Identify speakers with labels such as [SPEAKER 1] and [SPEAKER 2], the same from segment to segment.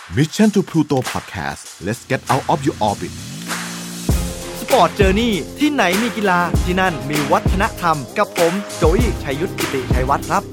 [SPEAKER 1] Mission to Pluto Podcast let's get out of your orbit
[SPEAKER 2] Sport Journey ที่ไหนมีกีฬาที่นั่นมีวัฒนธรรมกับผมโจอี้ชัยยุทธกิติชัยวัฒน์ครับ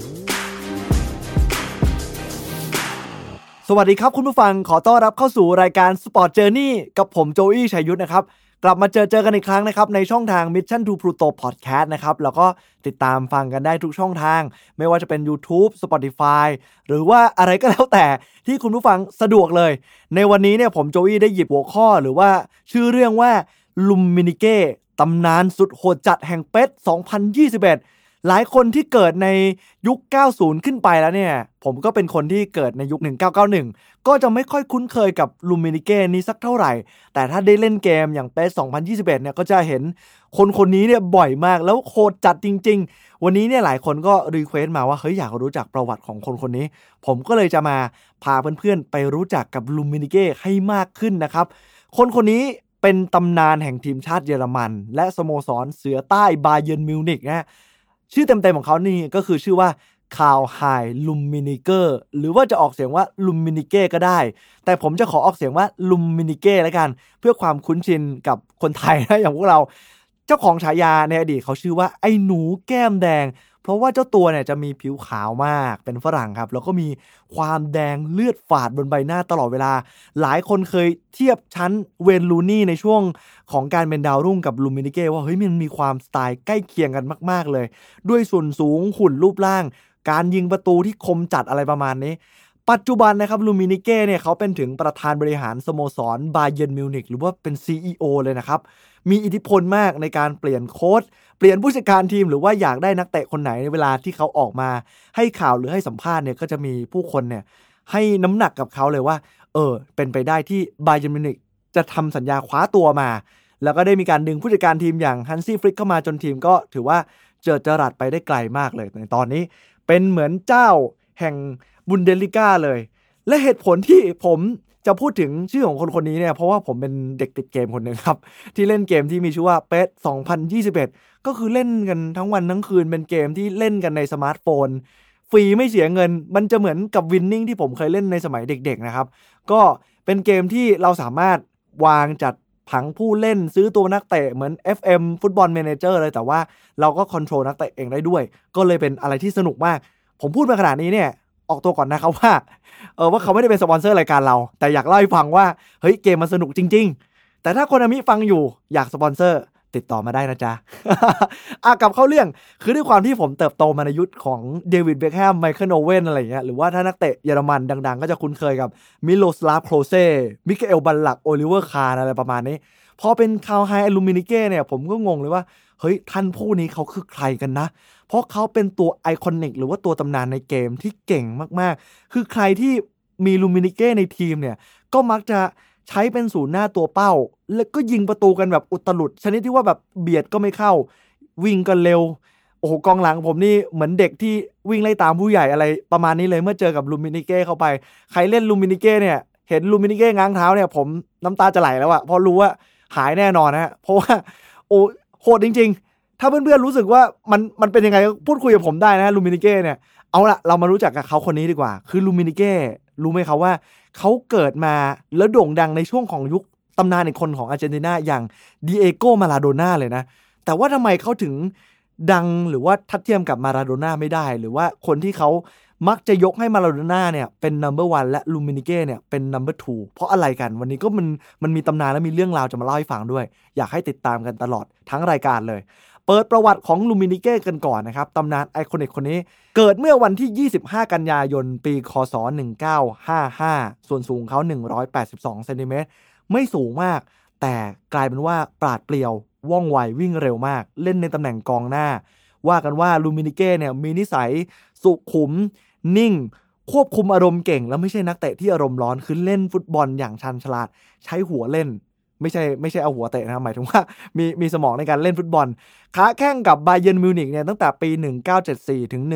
[SPEAKER 2] สวัสดีครับคุณผู้ฟังขอต้อนรับเข้าสู่รายการ Sport Journey กับผมโจอี้ชัยยุทธนะครับกลับมาเจอกันอีกครั้งนะครับในช่องทาง Mission to Pluto Podcast นะครับแล้วก็ติดตามฟังกันได้ทุกช่องทางไม่ว่าจะเป็น YouTube Spotify หรือว่าอะไรก็แล้วแต่ที่คุณผู้ฟังสะดวกเลยในวันนี้เนี่ยผมโจอี้ได้หยิบหัวข้อหรือว่าชื่อเรื่องว่าลุมมินิเก้ตำนานสุดโหดจัดแห่งPES 2021หลายคนที่เกิดในยุค90ขึ้นไปแล้วเนี่ยผมก็เป็นคนที่เกิดในยุค1991ก็จะไม่ค่อยคุ้นเคยกับลุมมินิเก้นี้สักเท่าไหร่แต่ถ้าได้เล่นเกมอย่างPES 2021เนี่ยก็จะเห็นคนนี้เนี่ยบ่อยมากแล้วโหดจัดจริงๆวันนี้เนี่ยหลายคนก็รีเควสต์มาว่าเฮ้ยอยากรู้จักประวัติของคนนี้ผมก็เลยจะมาพาเพื่อนๆไปรู้จักกับลุมมินิเก้ให้มากขึ้นนะครับคนนี้เป็นตำนานแห่งทีมชาติเยอรมันและสโมสรเสือใต้บาเยิร์นมิวนิกนะชื่อเต็มๆของเขานี่ก็คือชื่อว่าคาร์ลไฮน์ลุมมินิเกอร์หรือว่าจะออกเสียงว่าลุมมินิเก้ก็ได้แต่ผมจะขอออกเสียงว่าลุมมินิเก้แล้วกันเพื่อความคุ้นชินกับคนไทยนะอย่างพวกเราเจ้าของฉายาในอดีตเขาชื่อว่าไอ้หนูแก้มแดงเพราะว่าเจ้าตัวเนี่ยจะมีผิวขาวมากเป็นฝรั่งครับแล้วก็มีความแดงเลือดฝาดบนใบหน้าตลอดเวลาหลายคนเคยเทียบชั้นเวนลูนี่ในช่วงของการเป็นดาวรุ่งกับลูมินิเก้ว่าเฮ้ยมันมีความสไตล์ใกล้เคียงกันมากๆเลยด้วยส่วนสูงหุ่นรูปร่างการยิงประตูที่คมจัดอะไรประมาณนี้ปัจจุบันนะครับลูมินิเก้เนี่ยเขาเป็นถึงประธานบริหารสโมสรบาเยิร์นมิวนิกหรือว่าเป็น CEO เลยนะครับมีอิทธิพลมากในการเปลี่ยนโค้ชเปลี่ยนผู้จัดการทีมหรือว่าอยากได้นักเตะคนไหนในเวลาที่เขาออกมาให้ข่าวหรือให้สัมภาษณ์เนี่ยก็จะมีผู้คนเนี่ยให้น้ำหนักกับเขาเลยว่าเป็นไปได้ที่บาเยิร์นมิวนิกจะทำสัญญาคว้าตัวมาแล้วก็ได้มีการดึงผู้จัดการทีมอย่างฮันซี่ฟลิกเข้ามาจนทีมก็ถือว่าเจิดจรัสไปได้ไกลมากเลยในตอนนี้เป็นเหมือนเจ้าแห่งบุนเดสลิก้าเลยและเหตุผลที่ผมจะพูดถึงชื่อของคนนี้เนี่ยเพราะว่าผมเป็นเด็กติดเกมคนหนึ่งครับที่เล่นเกมที่มีชื่อว่าPES 2021ก็คือเล่นกันทั้งวันทั้งคืนเป็นเกมที่เล่นกันในสมาร์ทโฟนฟรีไม่เสียเงินมันจะเหมือนกับวินนิ่งที่ผมเคยเล่นในสมัยเด็กๆนะครับก็เป็นเกมที่เราสามารถวางจัดผังผู้เล่นซื้อตัวนักเตะเหมือน FM ฟุตบอลแมเนเจอร์เลยแต่ว่าเราก็คอนโทรลนักเตะเองได้ด้วยก็เลยเป็นอะไรที่สนุกมากผมพูดมาขนาดนี้เนี่ยออกตัวก่อนนะครับว่าเขาไม่ได้เป็นสปอนเซอร์รายการเราแต่อยากเล่าให้ฟังว่าเฮ้ยเกมมันสนุกจริงๆแต่ถ้าคนอามิฟังอยู่อยากสปอนเซอร์ติดต่อมาได้นะจ๊ะ กลับเข้าเรื่องคือด้วยความที่ผมเติบโตมาในยุคของเดวิดเบ็คแฮมไมเคิลโอเว่นอะไรอย่างเงี้ยหรือว่าถ้านักเตะเยอรมันดังๆก็จะคุ้นเคยกับมิโลสลาฟโคลเซ่มิเกเอลบัลลักโอลิเวอร์คาร์อะไรประมาณนี้พอเป็นคาร์ลไฮน์ลูมินิเก้เนี่ยผมก็งงเลยว่าเฮ้ยท่านผู้นี้เขาคือใครกันนะเพราะเขาเป็นตัวไอคอนิกหรือว่าตัวตำนานในเกมที่เก่งมากๆคือใครที่มีลูมินิเก้ในทีมเนี่ยก็มักจะใช้เป็นศูนย์หน้าตัวเป้าแล้วก็ยิงประตูกันแบบอุตลุดชนิดที่ว่าแบบเบียดก็ไม่เข้าวิ่งกันเร็วโอ้โหกองหลังผมนี่เหมือนเด็กที่วิ่งไล่ตามผู้ใหญ่อะไรประมาณนี้เลยเมื่อเจอกับลูมินิเก้เข้าไปใครเล่นลูมินิเก้เนี่ยเห็นลูมินิเก้ง้างเท้าเนี่ยผมน้ำตาจะไหลแล้วอะเพราะรู้ว่าหายแน่นอนนะเพราะว่าโอ้โหดจริงๆถ้าเพื่อนๆรู้สึกว่ามันเป็นยังไงพูดคุยกับผมได้นะลูมินิเก้เนี่ยเอาละเรามารู้จักกับเขาคนนี้ดีกว่าคือลูมินิเก้รู้ไหมครับว่าเขาเกิดมาแล้วโด่งดังในช่วงของยุคตำนานอีกคนของอาร์เจนตินาอย่างดิเอโกมาราโดน่าเลยนะแต่ว่าทำไมเขาถึงดังหรือว่าทัดเทียมกับมาราโดน่าไม่ได้หรือว่าคนที่เขามักจะยกให้มาราโดน่าเนี่ยเป็น number 1 และลูมินิเก้เนี่ยเป็น number 2 เพราะอะไรกันวันนี้ก็มันมีตำนานและมีเรื่องราวจะมาเล่าให้ฟังด้วยอยากให้ติดตามกันตลอดทั้งรายการเลยเปิดประวัติของลูมินิเก้กันก่อนนะครับตำนานไอคอนิกคนนี้เกิดเมื่อวันที่25กันยายนปีคศ1955ส่วนสูงเขา182เซนติเมตรไม่สูงมากแต่กลายเป็นว่าปราดเปรียวว่องไววิ่งเร็วมากเล่นในตำแหน่งกองหน้าว่ากันว่าลูมินิเก้เนี่ยมีนิสัยสุขุมนิ่งควบคุมอารมณ์เก่งแล้วไม่ใช่นักเตะที่อารมณ์ร้อนคือเล่นฟุตบอลอย่างชันฉลาดใช้หัวเล่นไม่ใช่เอาหัวเตะนะหมายถึงว่ามีสมองในการเล่นฟุตบอลค้าแข่งกับบาเยิร์นมิวนิกเนี่ยตั้งแต่ปี1974ถึง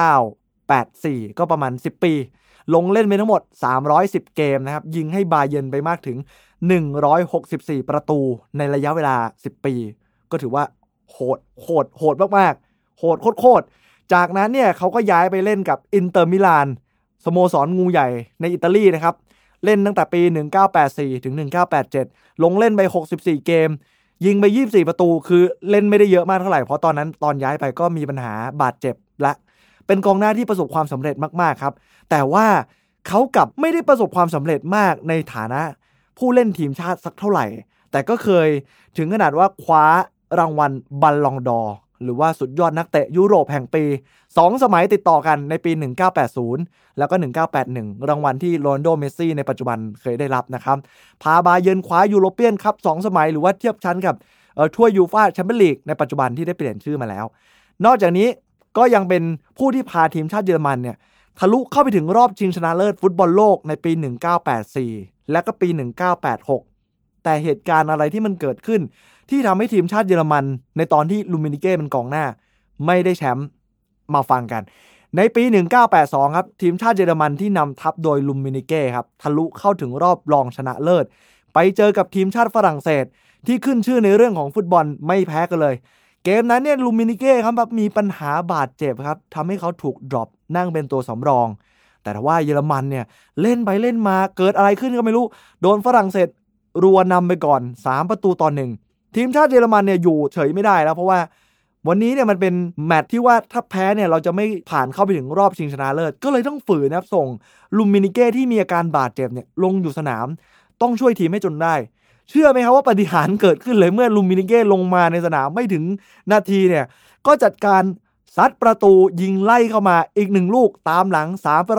[SPEAKER 2] 1984ก็ประมาณ10ปีลงเล่นไปทั้งหมด310เกมนะครับยิงให้บาเยิร์นไปมากถึง164ประตูในระยะเวลา10ปีก็ถือว่าโหดมากๆโหดโคตรจากนั้นเนี่ยเขาก็ย้ายไปเล่นกับอินเตอร์มิลานสโมสรงูใหญ่ในอิตาลีนะครับเล่นตั้งแต่ปี1984ถึง1987ลงเล่นไป64เกมยิงไป24ประตูคือเล่นไม่ได้เยอะมากเท่าไหร่เพราะตอนนั้นตอนย้ายไปก็มีปัญหาบาดเจ็บและเป็นกองหน้าที่ประสบความสำเร็จมากๆครับแต่ว่าเขากลับไม่ได้ประสบความสำเร็จมากในฐานะผู้เล่นทีมชาติสักเท่าไหร่แต่ก็เคยถึงขนาดว่าคว้ารางวัลบัลลองดอร์หรือว่าสุดยอดนักเตะยุโรปแห่งปี2สมัยติดต่อกันในปี1980แล้วก็1981รางวัลที่โรนัลโดเมสซี่ในปัจจุบันเคยได้รับนะครับพาบาเยิร์นคว้ายูโรเปียนคัพ2สมัยหรือว่าเทียบชั้นกับถ้วยยูฟ่าแชมเปี้ยนลีกในปัจจุบันที่ได้เปลี่ยนชื่อมาแล้วนอกจากนี้ก็ยังเป็นผู้ที่พาทีมชาติเยอรมันเนี่ยทะลุเข้าไปถึงรอบชิงชนะเลิศฟุตบอลโลกในปี1984และก็ปี1986แต่เหตุการณ์อะไรที่มันเกิดขึ้นที่ทำให้ทีมชาติเยอรมันในตอนที่ลูมินิเก้เป็นกองหน้าไม่ได้แชมป์มาฟังกันในปี1982ครับทีมชาติเยอรมันที่นำทัพโดยลูมินิเก้ครับทะลุเข้าถึงรอบรองชนะเลิศไปเจอกับทีมชาติฝรั่งเศสที่ขึ้นชื่อในเรื่องของฟุตบอลไม่แพ้กันเลยเกมนั้นเนี่ยลูมินิเก้ครับมีปัญหาบาดเจ็บครับทำให้เขาถูกดรอปนั่งเป็นตัวสำรองแต่ว่าเยอรมันเนี่ยเล่นไปเล่นมาเกิดอะไรขึ้นก็ไม่รู้โดนฝรั่งเศสรัวนำไปก่อน3-1ทีมชาติเยอรมันเนี่ยอยู่เฉยไม่ได้แล้วเพราะว่าวันนี้เนี่ยมันเป็นแมตช์ที่ว่าถ้าแพ้เนี่ยเราจะไม่ผ่านเข้าไปถึงรอบชิงชนะเลิศก็เลยต้องฝืนนะครับส่งลูมินิเก้ที่มีอาการบาดเจ็บเนี่ยลงอยู่สนามต้องช่วยทีมให้จนได้เชื่อไหมครับว่าปาฏิหาริย์เกิดขึ้นเลยเมื่อลูมินิเก้ลงมาในสนามไม่ถึงนาทีเนี่ยก็จัดการซัดประตูยิงไล่เข้ามาอีก1ลูกตามหลัง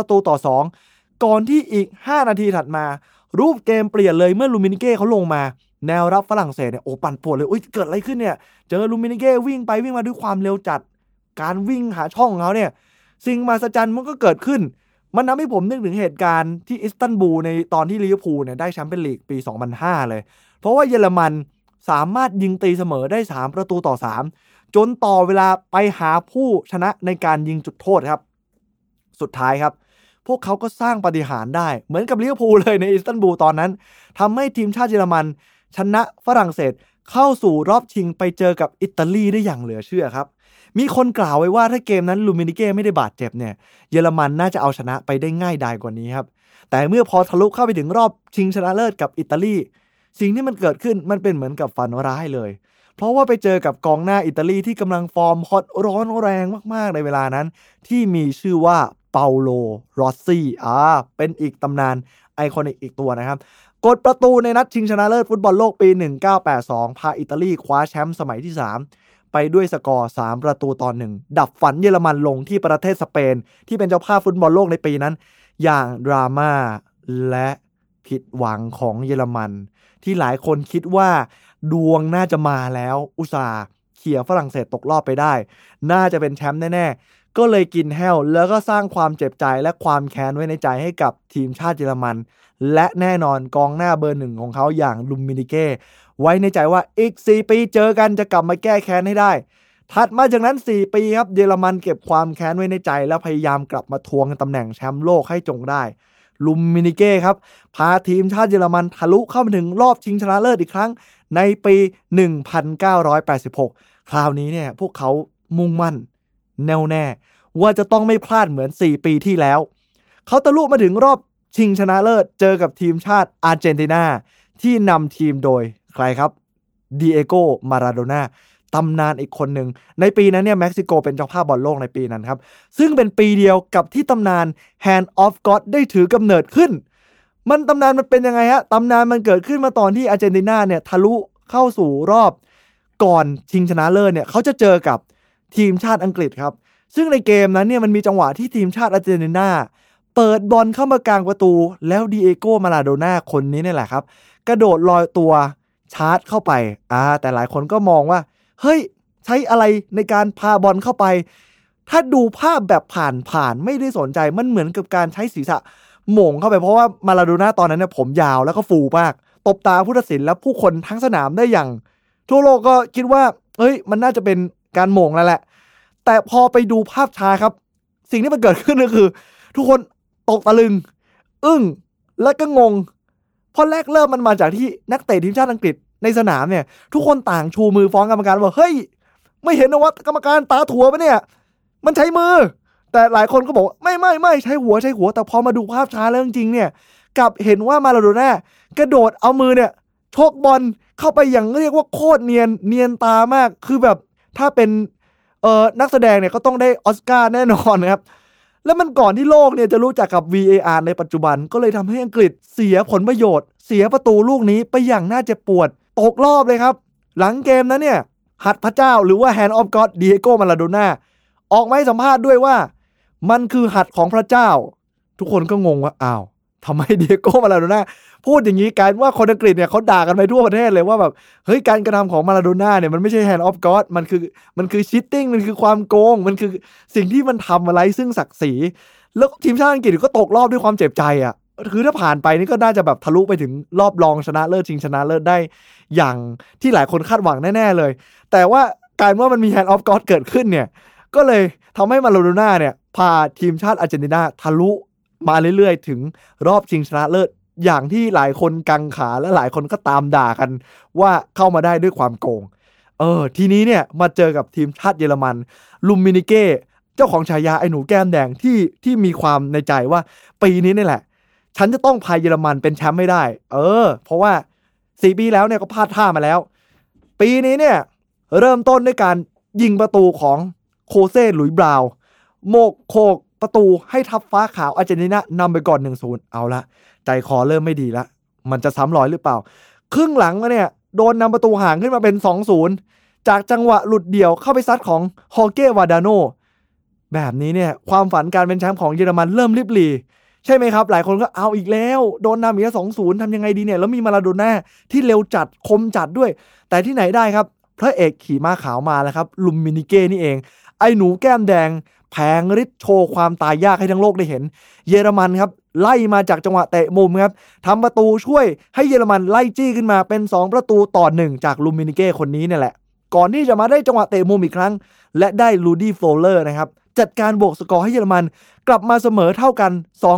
[SPEAKER 2] 3-2ก่อนที่อีก5นาทีถัดมารูปเกมเปลี่ยนเลยเมื่อลูมินิเก้เขาลงมาแนวรับฝรั่งเศสเนี่ยโอ้ปั่นป่วนเลยอุ๊ยเกิดอะไรขึ้นเนี่ยเจอลูมินิเก้วิ่งไปวิ่งมาด้วยความเร็วจัดการวิ่งหาช่องของเขาเนี่ยสิ่งมหัศจรรย์มันก็เกิดขึ้นมันทำให้ผมนึกถึงเหตุการณ์ที่อิสตันบูลในตอนที่ลิเวอร์พูลเนี่ยได้แชมเปี้ยนลีกปี2005เลยเพราะว่าเยอรมันสามารถยิงตีเสมอได้3-3จนต่อเวลาไปหาผู้ชนะในการยิงจุดโทษครับสุดท้ายครับพวกเขาก็สร้างปาฏิหาริย์ได้เหมือนกับลิเวอร์พูลเลยในอิสตันบูลตอนนั้นทำให้ทีมชาติเยอรมันชนะฝรั่งเศสเข้าสู่รอบชิงไปเจอกับอิตาลีได้อย่างเหลือเชื่อครับมีคนกล่าวไว้ว่าถ้าเกมนั้นลูมินิเก้ไม่ได้บาดเจ็บเนี่ยเยอรมันน่าจะเอาชนะไปได้ง่ายดายกว่านี้ครับแต่เมื่อพอทะลุเข้าไปถึงรอบชิงชนะเลิศกับอิตาลีสิ่งที่มันเกิดขึ้นมันเป็นเหมือนกับฝันร้ายเลยเพราะว่าไปเจอกับกองหน้าอิตาลีที่กำลังฟอร์มฮอตร้อนแรงมากๆในเวลานั้นที่มีชื่อว่าเปาโลโรสซี่เป็นอีกตำนานไอคอนิกอีกตัวนะครับกดประตูในนัดชิงชนะเลิศฟุตบอลโลกปี1982พาอิตาลีคว้าแชมป์สมัยที่3ไปด้วยสกอร์3-1ดับฝันเยอรมันลงที่ประเทศสเปนที่เป็นเจ้าภาพฟุตบอลโลกในปีนั้นอย่างดราม่าและผิดหวังของเยอรมันที่หลายคนคิดว่าดวงน่าจะมาแล้วอุตส่าห์เขี่ยฝรั่งเศสตกรอบไปได้น่าจะเป็นแชมป์แน่ๆก็เลยกินแห้วแล้วก็สร้างความเจ็บใจและความแค้นไว้ในใจให้กับทีมชาติเยอรมันและแน่นอนกองหน้าเบอร์1ของเขาอย่างลูมินิเก้ไว้ในใจว่าอีก4ปีเจอกันจะกลับมาแก้แค้นให้ได้ถัดมาจากนั้น4ปีครับเยอรมันเก็บความแค้นไว้ในใจแล้วพยายามกลับมาทวงตำแหน่งแชมป์โลกให้จงได้ลูมินิเก้ครับพาทีมชาติเยอรมันทะลุเข้ามาถึงรอบชิงชนะเลิศอีกครั้งในปี1986คราวนี้เนี่ยพวกเขามุ่งมั่นแน่วแน่ว่าจะต้องไม่พลาดเหมือน4ปีที่แล้วเขาทะลุมาถึงรอบชิงชนะเลิศเจอกับทีมชาติอาร์เจนตินาที่นำทีมโดยใครครับดิเอโกมาราโดน่าตำนานอีกคนหนึ่งในปีนั้นเนี่ยเม็กซิโกเป็นเจ้าภาพบอลโลกในปีนั้นครับซึ่งเป็นปีเดียวกับที่ตำนาน Hand of God ได้ถือกำเนิดขึ้นตำนานมันเป็นยังไงฮะตำนานมันเกิดขึ้นมาตอนที่อาร์เจนตินาเนี่ยทะลุเข้าสู่รอบก่อนชิงชนะเลิศเนี่ยเขาจะเจอกับทีมชาติอังกฤษครับซึ่งในเกมนั้นเนี่ยมันมีจังหวะที่ทีมชาติอาร์เจนตินาเปิดบอลเข้ามากลางประตูแล้วดิเอโกมาราโดน่าคนนี้นี่แหละครับกระโดดลอยตัวชาร์จเข้าไปแต่หลายคนก็มองว่าเฮ้ยใช้อะไรในการพาบอลเข้าไปถ้าดูภาพแบบผ่านไม่ได้สนใจมันเหมือนกับการใช้ศีรษะหม่งเข้าไปเพราะว่ามาราโดน่าตอนนั้นเนี่ยผมยาวแล้วก็ฟูมากตบตาผู้ตัดสินและผู้คนทั้งสนามได้อย่างทั่วโลกก็คิดว่ามันน่าจะเป็นการหม่งแล้วแหละแต่พอไปดูภาพช้าครับสิ่งที่มันเกิดขึ้นก็คือทุกคนตกตะลึงอึ้งและก็งงเพราะแรกเริ่มมันมาจากที่นักเตะทีมชาติอังกฤษในสนามเนี่ยทุกคนต่างชูมือฟ้องกรรมการว่าเฮ้ยไม่เห็นนะว่ากรรมการตาถั่วปะเนี่ยมันใช้มือแต่หลายคนก็บอกไม่ใช้หัวแต่พอมาดูภาพช้าแล้วจริงๆเนี่ยกลับเห็นว่ามาราโดน่ากระโดดเอามือเนี่ยชกบอลเข้าไปอย่างเรียกว่าโคตรเนียนตามากคือแบบถ้าเป็นนักแสดงเนี่ยก็ต้องได้ออสการ์แน่นอนนะครับแล้วมันก่อนที่โลกเนี่ยจะรู้จักกับ VAR ในปัจจุบันก็เลยทำให้อังกฤษเสียผลประโยชน์เสียประตูลูกนี้ไปอย่างน่าเจ็บปวดตกรอบเลยครับหลังเกมนั้นเนี่ยหัดพระเจ้าหรือว่า Hand of God ดิเอโก มาราโดน่าออกมาให้สัมภาษณ์ด้วยว่ามันคือหัดของพระเจ้าทุกคนก็งงว่าอ้าวทำไมดิเอโก มาราโดน่าพูดอย่างนี้กลายว่าคนอังกฤษเนี่ยเขาด่ากันไปทั่วประเทศเลยว่าแบบเฮ้ยการกระทำของมาราโดน่าเนี่ยมันไม่ใช่ Hand of God มันคือ cheating มันคือความโกงมันคือสิ่งที่มันทำอะไรซึ่งศักดิ์ศรีแล้วทีมชาติอังกฤษก็ตกรอบด้วยความเจ็บใจอ่ะคือถ้าผ่านไปนี่ก็น่าจะแบบทะลุไปถึงรอบรองชนะเลิศชิงชนะเลิศได้อย่างที่หลายคนคาดหวังแน่ๆเลยแต่ว่าการว่ามันมี Hand of God เกิดขึ้นเนี่ยก็เลยทำให้มาราโดน่าเนี่ยพาทีมชาติอาร์เจนตินาทะลุมาเรื่อยๆถึงรอบชิงชนะเลิศอย่างที่หลายคนกังขาและหลายคนก็ตามด่ากันว่าเข้ามาได้ด้วยความโกงทีนี้เนี่ยมาเจอกับทีมชาติเยอรมันลุมมินิเก้เจ้าของฉายาไอ้หนูแก้มแดงที่มีความในใจว่าปีนี้นี่แหละฉันจะต้องพาเยอรมันเป็นแชมป์ไม่ได้เพราะว่า4 ปีแล้วเนี่ยก็พลาดท่ามาแล้วปีนี้เนี่ยเริ่มต้นด้วยการยิงประตูของโคเซ่หลุยส์บราวน์โขกประตูให้ทัพฟ้าขาวอาร์เจนตินานำไปก่อน 1-0 เอาละใจคอเริ่มไม่ดีละมันจะซ้ำรอยหรือเปล่าครึ่งหลังเนี่ยโดนนำประตูห่างขึ้นมาเป็น 2-0 จากจังหวะหลุดเดี่ยวเข้าไปซัดของฮอเก้วาดาโนแบบนี้เนี่ยความฝันการเป็นแชมป์ของเยอรมันเริ่มริบหรี่ใช่ไหมครับหลายคนก็เอาอีกแล้วโดนนำอีกแล้ว 2-0 ทำยังไงดีเนี่ยแล้วมีมาราโดน่าที่เร็วจัดคมจัดด้วยแต่ที่ไหนได้ครับพระเอกขี่ม้าขาวมาแล้วครับลุมมินิเก้นี่เองไอ้หนูแก้มแดงแผงฤทธิ์โชว์ความตายยากให้ทั้งโลกได้เห็นเยอรมันครับไล่มาจากจังหวะเตะมุมครับทำประตูช่วยให้เยอรมันไล่จี้ขึ้นมาเป็น2-1จากลุมมินิเก้คนนี้เนี่ยแหละก่อนที่จะมาได้จังหวะเตะมุมอีกครั้งและได้ลูดี้โฟลเลอร์นะครับจัดการบวกสกอร์ให้เยอรมันกลับมาเสมอเท่ากัน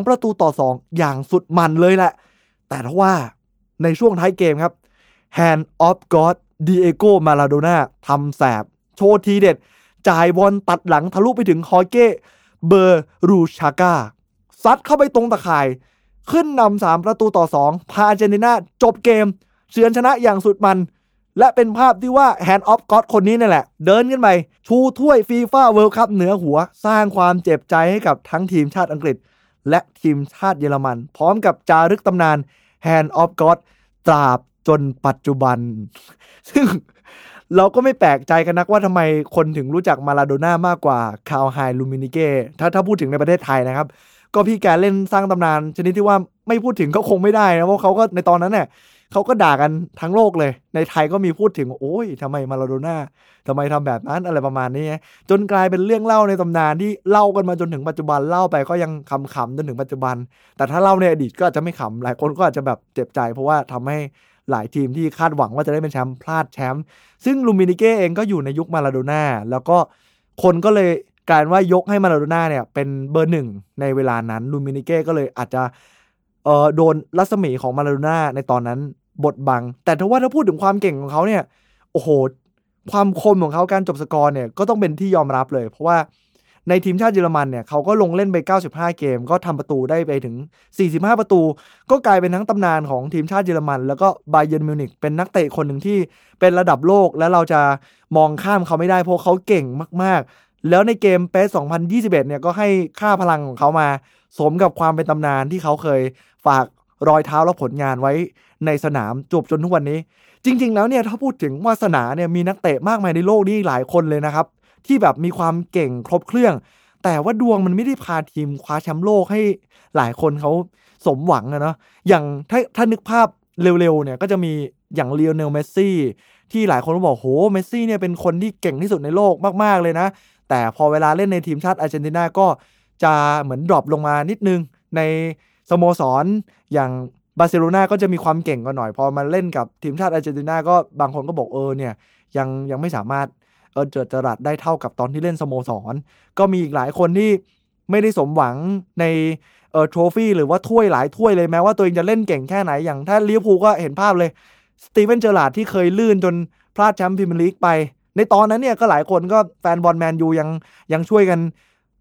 [SPEAKER 2] 2-2อย่างสุดมันเลยแหละแต่ทว่าในช่วงท้ายเกมครับ Hand of God ดิเอโก มาราโดน่าทำแสบโชว์ทีเด็ดจ่ายบอลตัดหลังทะลุไปถึงฮอเก้เบอร์รูชาก้าซัดเข้าไปตรงตะข่ายขึ้นนำ3-2พาอาร์เจนตินาจบเกมเฉือนชนะอย่างสุดมันและเป็นภาพที่ว่า Hand of God คนนี้นั่นแหละเดินขึ้นไปชูถ้วย FIFA World Cup เหนือหัวสร้างความเจ็บใจให้กับทั้งทีมชาติอังกฤษและทีมชาติเยอรมันพร้อมกับจารึกตำนาน Hand of God ตราบจนปัจจุบันซึ่งเราก็ไม่แปลกใจกันนักว่าทำไมคนถึงรู้จักมาราโดน่ามากกว่าคาร์ลไฮน์ลูมินิเก้ถ้าพูดถึงในประเทศไทยนะครับก็พี่แกเล่นสร้างตำนานชนิดที่ว่าไม่พูดถึงก็คงไม่ได้นะเพราะเขาก็ในตอนนั้นเนี่ยเขาก็ด่ากันทั้งโลกเลยในไทยก็มีพูดถึงโอ้ยทำไมมาราโดน่าทำไมทำแบบนั้นอะไรประมาณนี้จนกลายเป็นเรื่องเล่าในตำนานที่เล่ากันมาจนถึงปัจจุบันเล่าไปก็ยังขำๆจนถึงปัจจุบันแต่ถ้าเล่าในอดีตก็อาจจะไม่ขำหลายคนก็อาจจะแบบเจ็บใจเพราะว่าทำให้หลายทีมที่คาดหวังว่าจะได้เป็นแชมป์พลาดแชมป์ซึ่งลูมินิเก้เองก็อยู่ในยุคมาราโดน่าแล้วก็คนก็เลยกลายว่ายกให้มาราโดน่าเนี่ยเป็นเบอร์1ในเวลานั้นลูมินิเก้ก็เลยอาจจะโดนรัศมีของมาราโดน่าในตอนนั้นบดบังแต่ถ้าพูดถึงความเก่งของเขาเนี่ยโอ้โหความคมของเขาการจบสกอร์เนี่ยก็ต้องเป็นที่ยอมรับเลยเพราะว่าในทีมชาติเยอรมันเนี่ยเขาก็ลงเล่นไป95เกมก็ทำประตูได้ไปถึง45ประตูก็กลายเป็นทั้งตำนานของทีมชาติเยอรมันแล้วก็บาเยิร์นมิวนิกเป็นนักเตะคนหนึ่งที่เป็นระดับโลกและเราจะมองข้ามเขาไม่ได้เพราะเขาเก่งมากๆแล้วในเกมPES 2021เนี่ยก็ให้ค่าพลังของเขามาสมกับความเป็นตำนานที่เขาเคยฝากรอยเท้าและผลงานไว้ในสนามจบจนทุกวันนี้จริงๆแล้วเนี่ยถ้าพูดถึงวาสนาเนี่ยมีนักเตะมากมายในโลกนี้หลายคนเลยนะครับที่แบบมีความเก่งครบเครื่องแต่ว่าดวงมันไม่ได้พาทีมคว้าแชมป์โลกให้หลายคนเขาสมหวังนะเนาะอย่างถ้านึกภาพเร็วๆเนี่ยก็จะมีอย่างลีโอเนลเมสซี่ที่หลายคนก็บอกโหเมสซี่เนี่ยเป็นคนที่เก่งที่สุดในโลกมากๆเลยนะแต่พอเวลาเล่นในทีมชาติอาร์เจนตินาก็จะเหมือนดรอปลงมานิดนึงในสโมสรอย่างบาร์เซโลนาก็จะมีความเก่งกว่าหน่อยพอมาเล่นกับทีมชาติอาร์เจนตินาก็บางคนก็บอกเนี่ยยังไม่สามารถเจิดจรัสได้เท่ากับตอนที่เล่นสโมสรก็มีอีกหลายคนที่ไม่ได้สมหวังในโทรฟี่หรือว่าถ้วยหลายถ้วยเลยแม้ว่าตัวเองจะเล่นเก่งแค่ไหนอย่างถ้าลิเวอร์พูลก็เห็นภาพเลยสตีเวนเจอราร์ดที่เคยลื่นจนพลาดแชมป์พรีเมียร์ลีกไปในตอนนั้นเนี่ยก็หลายคนก็แฟนบอลแมนยูยังช่วยกัน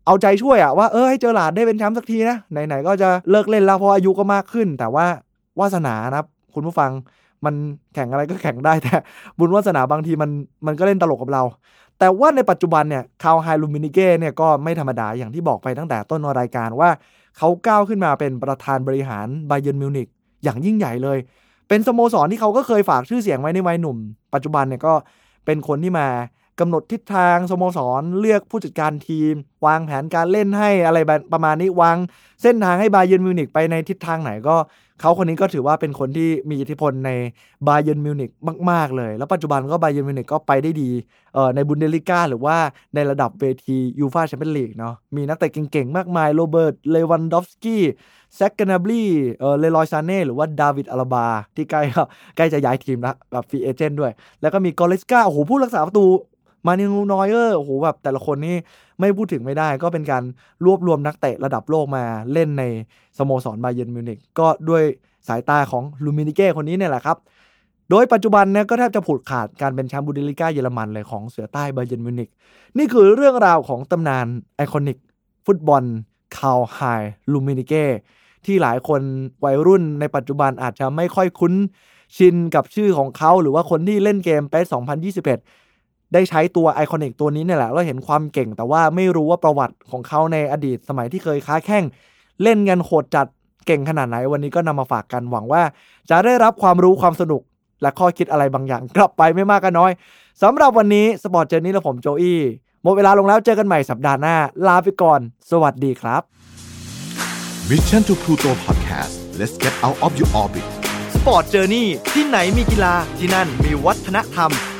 [SPEAKER 2] เอาใจช่วยว่าให้เจอหลาดได้เป็นแชมป์สักทีนะไหนๆก็จะเลิกเล่นแล้วเพราะอายุก็มากขึ้นแต่ว่าวาสนานะครับคุณผู้ฟังมันแข่งอะไรก็แข่งได้แต่บุญวาสนาบางทีมันก็เล่นตลกกับเราแต่ว่าในปัจจุบันเนี่ยคาร์ลไฮน์ รูมินิเก้เนี่ยก็ไม่ธรรมดาอย่างที่บอกไปตั้งแต่ต้นรายการว่าเขาก้าวขึ้นมาเป็นประธานบริหารบาเยิร์นมิวนิกอย่างยิ่งใหญ่เลยเป็นสโมสรที่เขาก็เคยฝากชื่อเสียงไว้ในวัยหนุ่มปัจจุบันเนี่ยก็เป็นคนที่มากำหนดทิศทางสโมสรเลือกผู้จัดการทีมวางแผนการเล่นให้อะไรประมาณนี้วางเส้นทางให้บาเยิร์นมิวนิกไปในทิศทางไหนก็เขาคนนี้ก็ถือว่าเป็นคนที่มีอิทธิพลในบาเยิร์นมิวนิกมากๆเลยแล้วปัจจุบันก็บาเยิร์นมิวนิกก็ไปได้ดีในบุนเดสลิก้าหรือว่าในระดับเวทียูฟ่าแชมเปี้ยนลีกเนาะมีนักเตะเก่งๆมากมายโรเบิร์ตเลวันดอฟสกี้แซค กานาบลีเลรอยซาเน่หรือว่าดาวิดอาราบาที่ใกล้จะย้ายทีมแล้วแบบฟรีเอเจนต์ด้วยแล้วก็มีกอเรสกาโอ้โหผู้รักษาประตูมานินูนอยเออร์โอ้โหแบบแต่ละคนนี่ไม่พูดถึงไม่ได้ก็เป็นการรวบรวมนักเตะระดับโลกมาเล่นในสโมสรบาเยิร์นมิวนิกก็ด้วยสายตาของลูมินิเก้คนนี้เนี่ยแหละครับโดยปัจจุบันเนี่ยก็แทบจะผูกขาดการเป็นแชมป์บุนเดสลิก้าเยอรมันเลยของเสือใต้บาเยิร์นมิวนิกนี่คือเรื่องราวของตำนานไอคอนิกฟุตบอลคาร์ลไฮน์ รูมินิเก้ที่หลายคนวัยรุ่นในปัจจุบันอาจจะไม่ค่อยคุ้นชินกับชื่อของเขาหรือว่าคนที่เล่นเกมPES 2021ได้ใช้ตัวไอคอนิกตัวนี้เนี่ยแหละแล้วเห็นความเก่งแต่ว่าไม่รู้ว่าประวัติของเขาในอดีตสมัยที่เคยค้าแข่งเล่นกันโหดจัดเก่งขนาดไหนวันนี้ก็นำมาฝากกันหวังว่าจะได้รับความรู้ความสนุกและข้อคิดอะไรบางอย่างกลับไปไม่มากก็น้อยสำหรับวันนี้สปอร์ตเจอร์นี่และผมโจอี้หมดเวลาลงแล้วเจอกันใหม่สัปดาห์หน้าลาไปก่อนสวัสดีครับ
[SPEAKER 1] Mission to Pluto Podcast let's get out of your orbit
[SPEAKER 2] Sport Journey ที่ไหนมีกีฬาที่นั่นมีวัฒนธรรม